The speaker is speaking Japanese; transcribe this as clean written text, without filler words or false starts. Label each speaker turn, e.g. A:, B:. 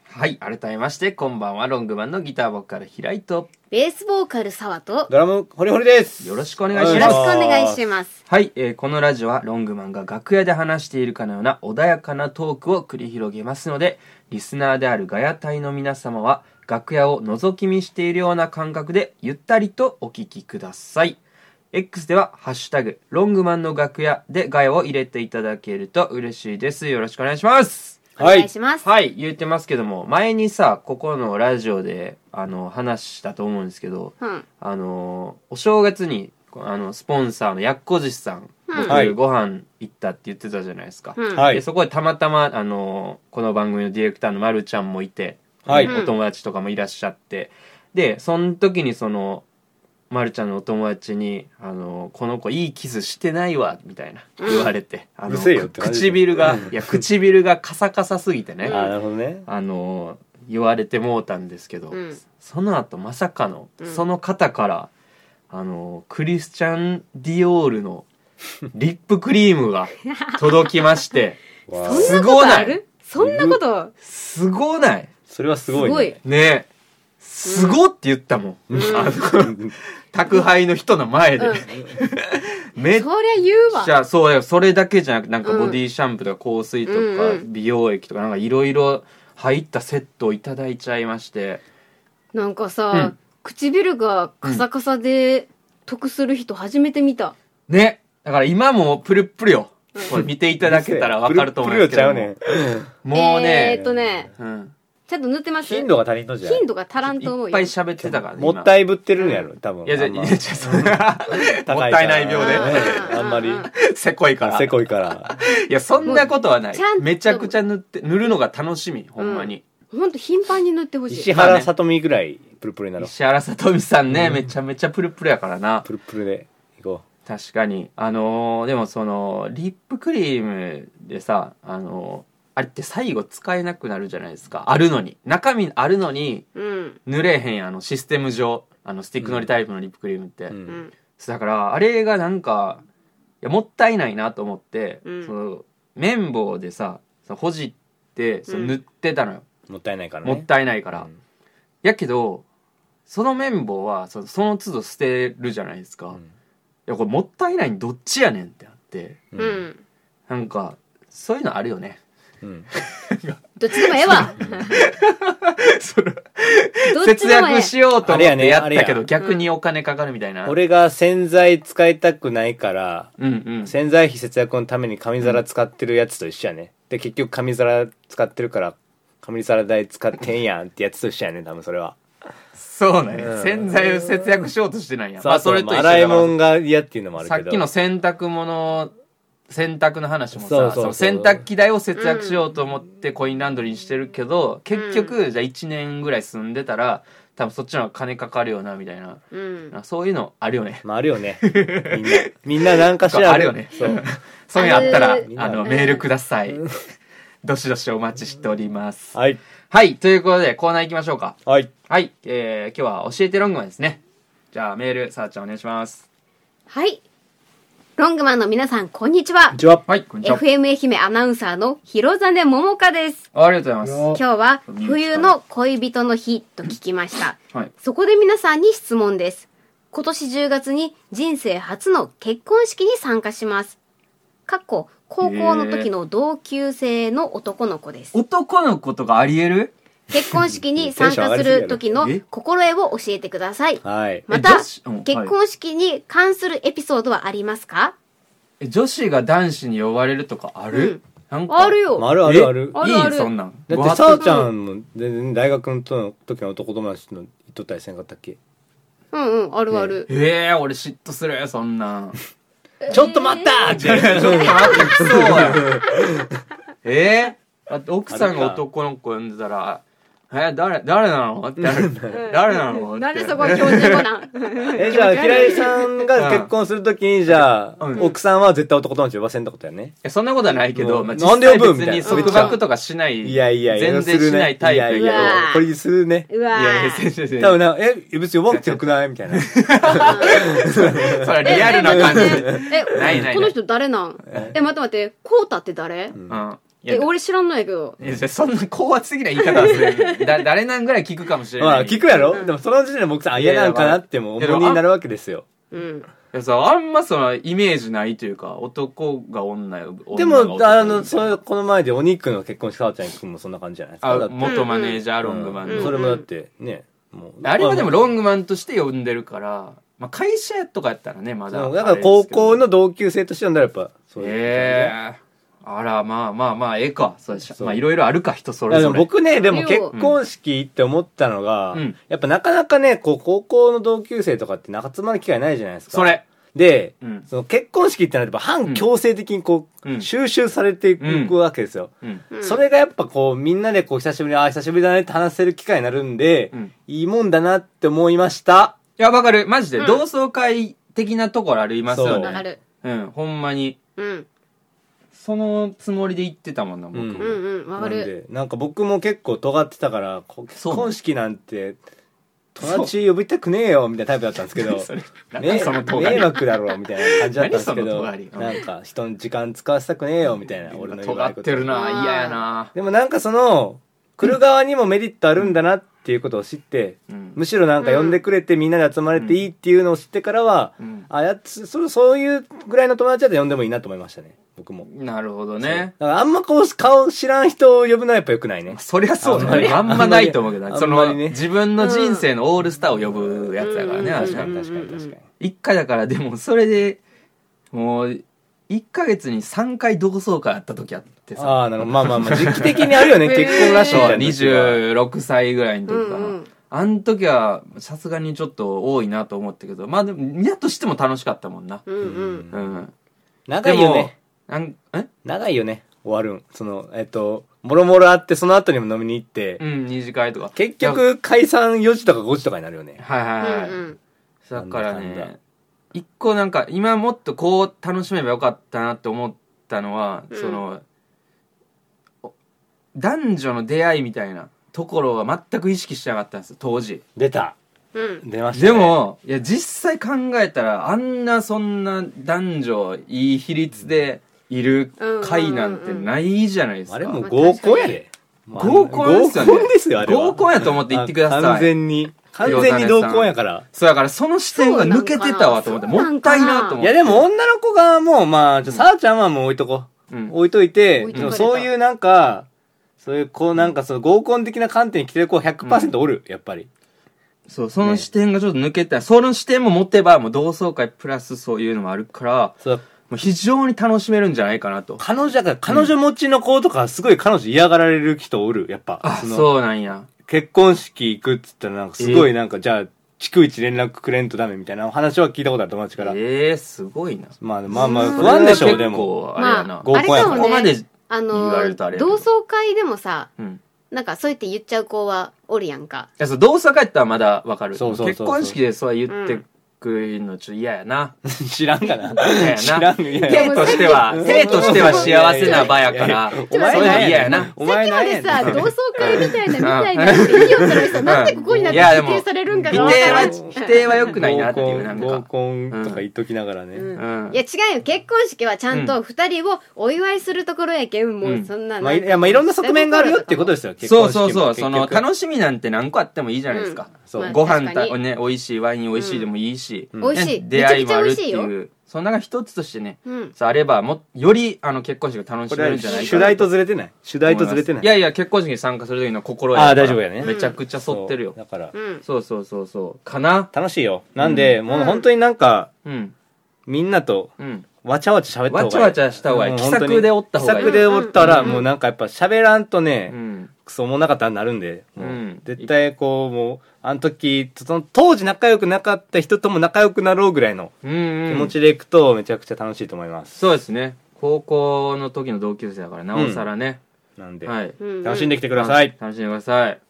A: はい、改めましてこんばんは。ロングマンのギターボーカル平井と
B: ベースボーカル澤と
C: ドラムホリホリです。
A: よろしくお願いします。
B: よろしくお願いします。
A: はい、このラジオはロングマンが楽屋で話しているかのような穏やかなトークを繰り広げますので、リスナーであるガヤ隊の皆様は楽屋を覗き見しているような感覚でゆったりとお聞きください。X ではハッシュタグロングマンの楽屋でガヤを入れていただけると嬉しいです。よろしくお願いします。
B: お願いします。
A: はい、言ってますけども、前にさ、ここのラジオで話したと思うんですけど、お正月にスポンサーのやっこ寿司さん、僕ご飯行ったって言ってたじゃないですか。でそこでたまたまこの番組のディレクターのまるちゃんもいて、お友達とかもいらっしゃって、でその時にまるちゃんのお友達にこの子いいキスしてないわみたいな言われて、
C: うるせえよって
A: 唇がカサカサすぎてね、
C: なるほどね、
A: 言われてもうたんですけど、その後まさかのその方からクリスチャン・ディオールのリップクリームが届きまして
B: すごない？そんなこと
A: すごない？
C: それはすごいね。
A: ね、すごって言ったもん、宅配の人の前で、めっち
B: そりゃ言うわ。
A: ゃそうよ。それだけじゃなくて、なんかボディシャンプーとか香水とか美容液とかなんかいろいろ入ったセットをいただいちゃいまして、
B: なんかさ、唇がカサカサで得する人初めて見た。
A: ね。だから今もプルップルよ。これ見ていただけたらわかると思うんですけども、もうね、ちゃんと塗ってます？
C: 頻度が足りんのじゃん。
B: 頻度が足らんと思うよ。
A: いっぱい喋ってたからね。
C: もったいぶってるんやろ、多分。
A: いや、もったいない病で。
C: あんまり。
A: せこいから。
C: せこいから。
A: いや、そんなことはない。めちゃくちゃ塗るのが楽しみ、ほんまに。
B: ほんと頻繁に塗ってほしい。
C: 石原さとみぐらいプルプルになる。
A: 石原さとみさんね、めちゃめちゃプルプルやからな。
C: プルプルでいこう。
A: 確かに。でもリップクリームでさ、あれって最後使えなくなるじゃないですか。あるのに。中身あるのに、塗れへんシステム上。スティックのりタイプのリップクリームって。だから、あれがなんか、いやもったいないなと思って、綿棒でさ、ほじって、塗ってたのよ。
C: もったいないからね。
A: もったいないから。やけど、その綿棒は、その都度捨てるじゃないですか。いや、これもったいないにどっちやねんってなって。なんか、そういうのあるよね。
B: どっちでもええわ。
A: 節約しようと思ってやったけど逆にお金かかるみたいな。
C: 俺が洗剤使いたくないから、洗剤費節約のために紙皿使ってるやつと一緒やね。で結局紙皿使ってるから紙皿代使ってんやんってやつと一緒やね。多分それは
A: そうね、洗剤を節約しようとしてないやん。
C: それと洗い物が嫌っていうのもあるけど、
A: さっきの洗濯の話もさ、洗濯機代を節約しようと思ってコインランドリーにしてるけど、結局じゃあ1年ぐらい住んでたら多分そっちの方が金かかるよなみたいな、そういうのあるよね。
C: あるよね。みんな何かしら
A: あるよね。そういうのあったらメールください。どしどしお待ちしております。はい、ということでコーナー行きましょうか。はい、今日は教えてロングマンですね。じゃあメールさあちゃんお願いします。
B: はい、ロングマンの皆さんこんにちは。
A: はい、こんにちは。
B: FM 愛媛アナウンサーの広実桃香です。
A: ありがとうございます。
B: 今日は冬の恋人の日と聞きました。そこで皆さんに質問です。今年10月に人生初の結婚式に参加します。高校の時の同級生の男の子です。
A: 男の子とかありえる？
B: 結婚式に参加する時の心得を教えてください。また、結婚式に関するエピソードはありますか？
A: 女子が男子に呼ばれるとかある？
B: あるよ。
C: ある。
A: いい？そんなん。
C: だってさあちゃんも全然大学の時の男友達の言っとったりせんかったっけ？
B: あるある。
A: 俺嫉妬するそんなん。
C: ちょっと待ったって。
A: ちょっと待ってきそうや。だって奥さんが男の子呼んでたら、誰なのって誰なの
B: なんでそこは標準語なん
C: じゃあ平井さんが結婚するときにじゃあ、奥さんは絶対男友達呼ばせんってことやね。
A: そんなことはないけど、
C: なんで呼ぶみたいな。
A: 別に束縛とかしない。全然しないタイプ。
C: いやこれするね。
B: うわ
C: 多分な、別に呼ばなくてよくないみたいな。
A: それリアルな感じ。
B: この人誰なん？待って、コウタって誰？ 俺知らんのやけど。
A: そんな高圧的な言い方はする。誰なんぐらい聞くかもしれない。
C: 聞くやろ、でもその時点で僕さん、嫌なんかなっても思いになるわけですよ。
A: あんまそのイメージないというか、男が女よ。
C: でも、この前でお肉の結婚式、さわちゃんくんもそんな感じじゃないですか。
A: 元マネージャーロングマンの。
C: それもだってね、もう。
A: あれはでもロングマンとして呼んでるから、会社とかやったらね、まだ。
C: だから高校の同級生として呼んだらやっぱ、そういう。
A: あら、まあ、ええか。まあ、いろいろあるか、人それぞれ。
C: 僕ね、でも結婚式って思ったのが、やっぱなかなかね、高校の同級生とかって集まる機会ないじゃないですか。
A: それ。
C: で、その結婚式ってなれば反強制的に収集されていくわけですよ。それがやっぱみんなで久しぶりに、久しぶりだねって話せる機会になるんで、いいもんだなって思いました。
A: いや、わかる。マジで、同窓会的なところありますよね。
B: わかる。
A: ほんまに。そのつもりで言ってたもんな、僕も。
B: わかる。
C: なんか僕も結構尖ってたから、結婚式なんて、友達呼びたくねえよみたいなタイプだったんですけど、迷惑だろみたいな感じだったんですけど、なんか人の時間使わせたくねえよみたいな、
A: 俺の尖ってるな、嫌やな。
C: でもなんか来る側にもメリットあるんだなっていうことを知って、むしろなんか呼んでくれてみんなで集まれていいっていうのを知ってからは、そういうぐらいの友達だと呼んでもいいなと思いましたね、僕も。
A: なるほどね。
C: だからあんま顔知らん人を呼ぶのはやっぱ良くないね。
A: そりゃそうだね。あんまないと思うけど、自分の人生のオールスターを呼ぶやつだからね、確かに。一回だからでもそれで、もう、1ヶ月に3回同窓会あった時あってさ。
C: なるほど。まあ時期的にあるよね、結婚ラッシュみたいな。
A: 26歳ぐらいの時かな。あの時は、さすがにちょっと多いなと思ったけど、まあでも、やとしても楽しかったもんな。
C: 長いよね。長いよね、終わるん。もろもろあって、その後にも飲みに行って。
A: 二次会とか。
C: 結局、解散4時とか5時とかになるよね。
A: はい。だからね、一個なんか今もっと楽しめばよかったなって思ったのは、男女の出会いみたいなところは全く意識してなかったんですよ、当時。
C: 出ましたね。
A: でも実際考えたらそんな男女いい比率でいる会なんてないじゃないですか。
C: あれもう合コンやで。
A: 合コンですよね。
C: 合コンですよ、あれは。
A: 合コンやと思って言ってください。
C: 完全に同コンやから。
A: そうやから、その視点が抜けてたわと思って、もったいなと思って。
C: いやでも女の子がもう、さあちゃんはもう置いとこう。置いといて、そういうなんか、そういう合コン的な観点に来てる子 100% おる、やっぱり。
A: そう、その視点がちょっと抜けた。その視点も持てば、もう同窓会プラスそういうのもあるから、もう非常に楽しめるんじゃないかなと。
C: 彼女持ちの子とかすごい彼女嫌がられる人おる、やっぱ。
A: そうなんや。
C: 結婚式行くっつったらなんかすごいなんか、じゃあ、逐一連絡くれんとダメみたいな話は聞いたことある友達から。
A: すごいな。
C: まあ不安でしょう、でも。
B: あれやな。合コンやから。ここまで言われるとあれ。同窓会でもさ、なんかそうやって言っちゃう子はおるやんか。
A: 同窓会ってはまだわかる。結婚式でそう言ってくるのちょっと嫌やな。
C: 知らんかな。
A: 知らん。手としては幸せな場やから、
B: お前は嫌やな。さっきまでさ、同窓会みたいなって言いよったのにさ、なんでここになって否定されるんかな。
A: 否定は良くないなっていう、なんか。
C: 合コンとか言っときながらね。い
B: や違うよ、結婚式はちゃんと二人をお祝いするところやけん、もうそんな。
C: いろんな側面があるよってことですよ、
A: 結婚式。そう。楽しみなんて何個あってもいいじゃないですか。ご飯ね、美味しいワイン美味しいでもいいし。
B: 美味しい。
A: 出会いもあるっていう。その中一つとしてね、あれば、より、結婚式が楽しめるんじゃないかな。
C: 主題とずれてない。
A: いやいや、結婚式に参加する時の心や。
C: 大丈夫やね。
A: めちゃくちゃ沿ってるよ。
C: だから。
A: そう。かな。
C: 楽しいよ。なんで、もう本当になんか、みんなと、わちゃわちゃ喋った方がいい。
A: わちゃわちゃした方がいい。気さくでおった方がいい。
C: 気さくでおったら、もうなんかやっぱ喋らんとね、クソもなかったらなるんで、絶対もう、あの時、当時仲良くなかった人とも仲良くなろうぐらいの気持ちでいくとめちゃくちゃ楽しいと思います。
A: そうですね。高校の時の同級生だからなおさらね。
C: なんで、楽しんできてください。
A: 楽しんでください。